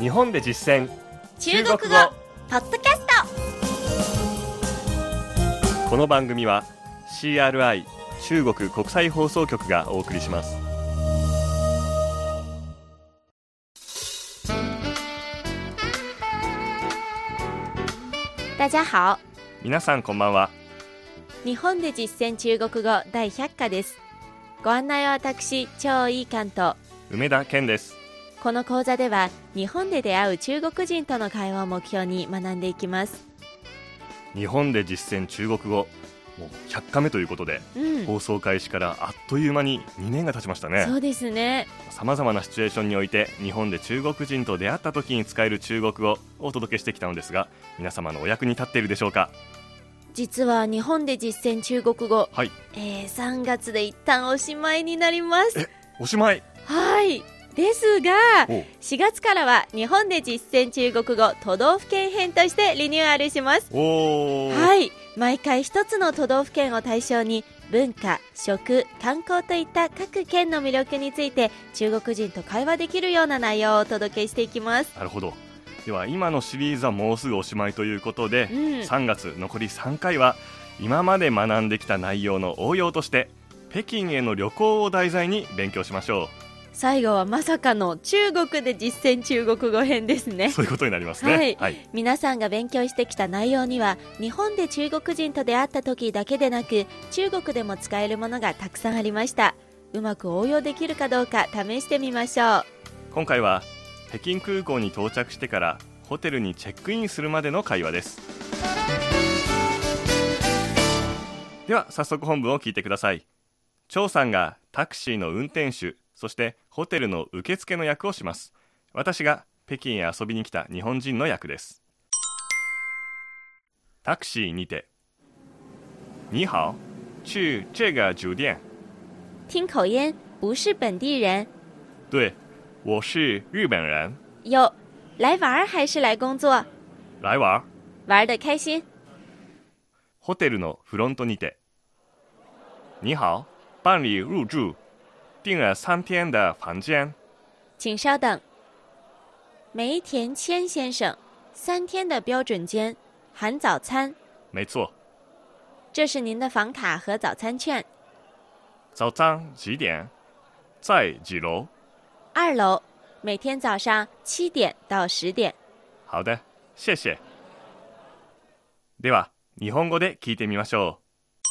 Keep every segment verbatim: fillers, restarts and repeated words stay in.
日本で実践中国語ポッドキャスト。 この番組は シーアールアイ 中国国際放送局がお送りします。 大家好。 皆さんこんばんは。 日本で実践中国語第ひゃっ課です。ご案内は私、張井関と梅田健です。 この講座では日本で出会う中国人との会話を目標に学んでいきます。 日本で実践中国語、もうひゃっかめということで、うん、放送開始からあっという間ににねんが経ちましたね。 そうですね。 さまざまなシチュエーションにおいて日本で中国人と出会った時に使える中国語をお届けしてきたのですが、皆様のお役に立っているでしょうか。 実は日本で実践中国語、 はい、 えー、さんがつで一旦おしまいになります。 え、おしまい。 はいですが、しがつからは日本で実践中国語都道府県編としてリニューアルします。 おー、 はい、毎回一つの都道府県を対象に文化、食、観光といった各県の魅力について中国人と会話できるような内容をお届けしていきます。 なるほど。では今のシリーズはもうすぐおしまいということで、うん、さんがつ残りさんかいは今まで学んできた内容の応用として北京への旅行を題材に勉強しましょう。 最後はまさかの中国で実践中国語編ですね。 そういうことになりますね。 はいはい、 皆さんが勉強してきた内容には日本で中国人と出会った時だけでなく中国でも使えるものがたくさんありました。うまく応用できるかどうか試してみましょう。 今回は北京空港に到着してからホテルにチェックインするまでの会話です。では早速本文を聞いてください。張さんがタクシーの運転手、そしてホテルの受付の役をします。私が北京へ遊びに来た日本人の役です。タクシーにて。你好，去这个酒店。 听口音，不是本地人。 对，我是日本人。 哟，来玩还是来工作？ 来玩。 玩得开心。 ホテルのフロントにて。你好，办理入住。订了三天的房间。 请稍等。梅田千先生，三天的标准间，含早餐。 没错。 这是您的房卡和早餐券。 早上几点？在几楼？ 二楼。每天早上七点到十点。 好的、谢谢。では日本語で聞いてみましょう。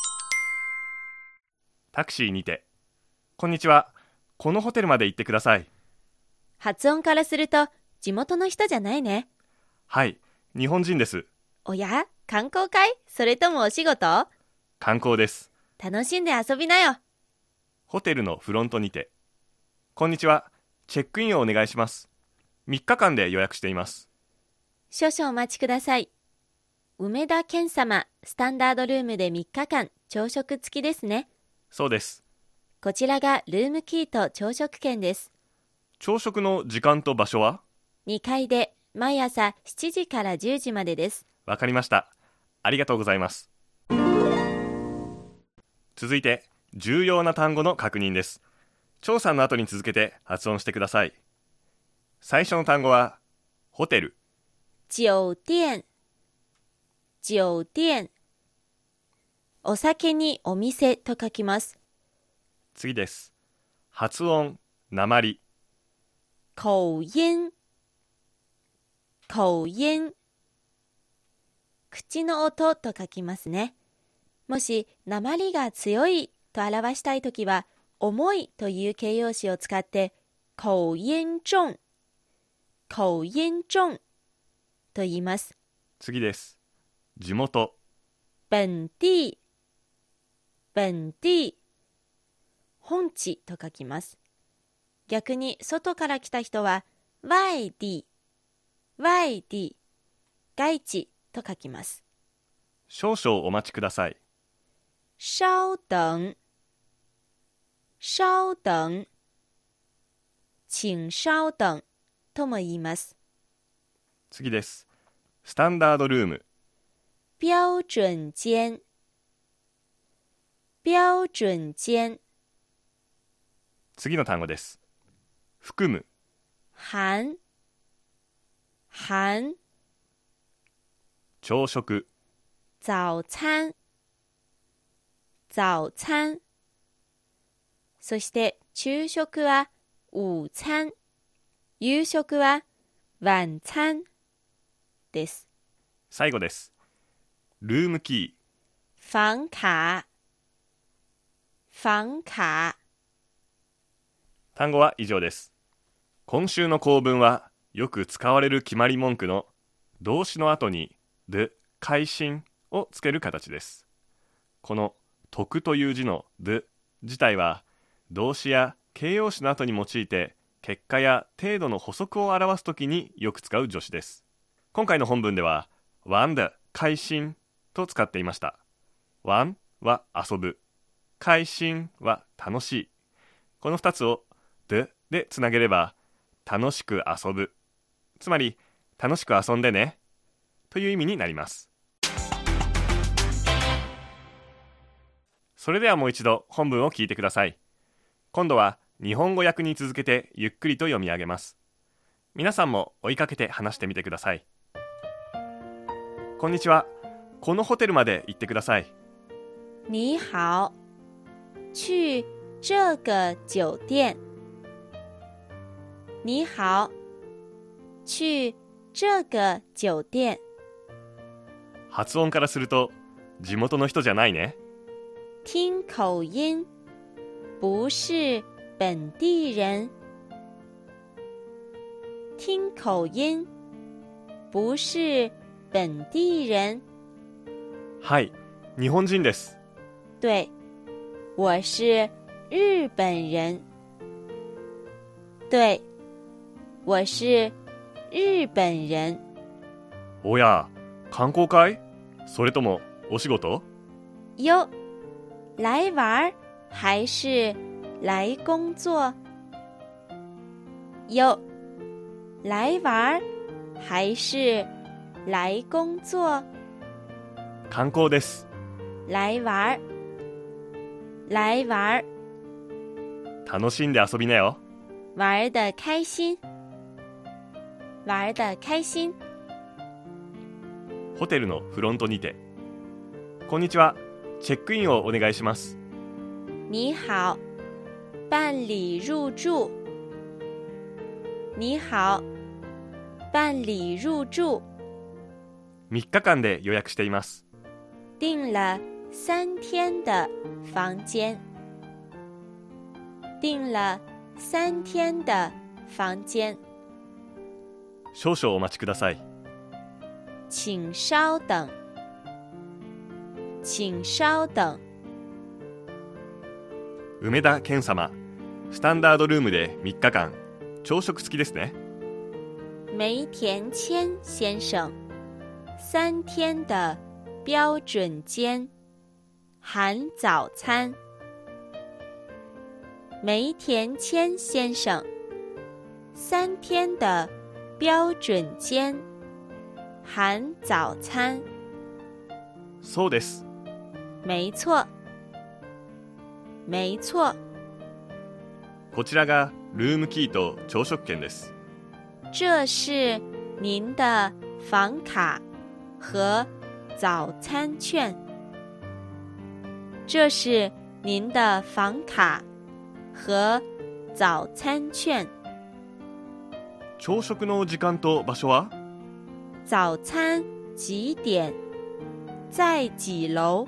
タクシーにて。こんにちは。このホテルまで行ってください。 発音からすると地元の人じゃないね。 はい、日本人です。 おや、観光会？それともお仕事？ 観光です。 楽しんで遊びなよ。 ホテルのフロントにて。こんにちは。チェックインをお願いします。みっかかんで予約しています。 少々お待ちください。梅田健様、スタンダードルームでみっかかん、朝食付きですね。 そうです。 こちらがルームキーと朝食券です。 朝食の時間と場所は？ にかいで毎朝しちじからじゅうじまでです。 わかりました。ありがとうございます。続いて重要な単語の確認です。張さんの後に続けて発音してください。最初の単語はホテル。 酒店。酒店。お酒にお店と書きます。 次です。発音、訛り。 口音。口音。口の音と書きますね。もし訛りが強いと表したいときは重いという形容詞を使って口音重、口音重と言います。 次です。地元。 本地。本地。本地と書きます。逆に外から来た人は外地、外地、外地と書きます。 少々お待ちください。 稍等。稍等。請稍等とも言います。 次です。スタンダードルーム。 標準間。標準間。 次の単語です。含む。 含。 含朝食、 早餐早餐。そして昼食は午餐、夕食は晚餐です。 最後です。ルームキー、 房卡房卡。 単語は以上です。今週の構文はよく使われる決まり文句の動詞の後に the 会心をつける形です。この得という字の the 自体は動詞や形容詞の後に用いて結果や程度の補足を表すときによく使う助詞です。今回の本文では玩的開心と使っていました。玩は遊ぶ、開心は楽しい。このふたつを the でつなげれば楽しく遊ぶ、つまり楽しく遊んでねという意味になります。それではもう一度本文を聞いてください。今度は日本語訳に続けてゆっくりと読み上げます。皆さんも追いかけて話してみてください。こんにちは。このホテルまで行ってください。 你好，去这个酒店。你好，去这个酒店。 発音からすると地元の人じゃないね。 听口音，不是本地人。听口音，不是本地人。 はい、日本人です。 对，我是日本人。对，我是日本人。 おや、観光会？それともお仕事？ 哟，来玩还是来工作？哟，来玩还是来工作？ 観光です。 来玩来玩楽しんで遊びなよ。 玩得开心玩得开心。 ホテルのフロントにて。こんにちは。チェックインをお願いします。 你好，办理入住。你好，办理入住。 みっかかんで予約しています。 订了三天的房间。订了三天的房间。 少々お待ちください。 请稍等。请稍等。 梅田健様、スタンダードルームでみっかかん、朝食付きですね。 梅田谦先生，三天的标准间，含早餐。梅田谦先生，三天的标准间，含早餐。 そうです。 没错，没错。 こちらがルームキーと朝食券です。 这是您的房卡和早餐券。这是您的房卡和早餐券。 朝食の時間と場所は？ 早餐几点？在几楼？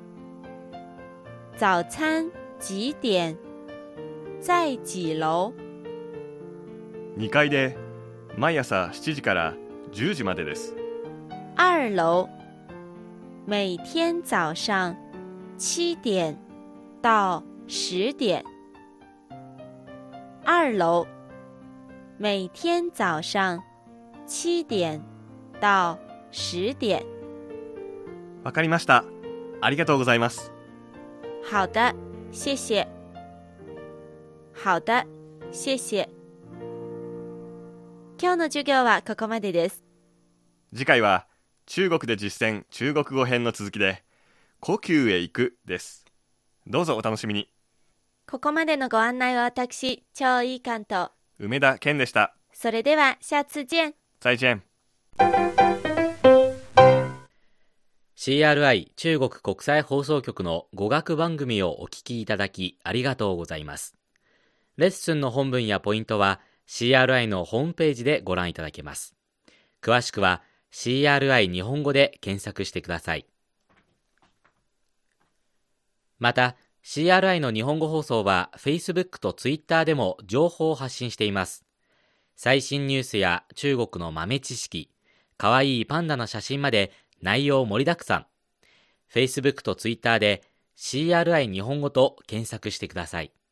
早餐几点？在几楼？ にかいで毎朝しちじからじゅうじまでです。 二楼，每天早上七点到十点。二楼，每天早上七点到十点。 わかりました。ありがとうございます。 好的，谢谢。好的，谢谢。今日の授業はここまでです。 次回は中国で実践中国語編の続きで故宮へ行くです。どうぞお楽しみに。 ここまでのご案内は私、張一貫と梅田健でした。 それでは下次見。 再见。 シーアールアイ 中国国際放送局の語学番組をお聞きいただきありがとうございます。レッスンの本文やポイントは シーアールアイ のホームページでご覧いただけます。詳しくは シーアールアイ 日本語で検索してください。また シーアールアイ の日本語放送は Facebook と Twitter でも情報を発信しています。最新ニュースや中国の豆知識、かわいいパンダの写真まで内容盛りだくさん。Facebook と Twitter で シーアールアイ 日本語と検索してください。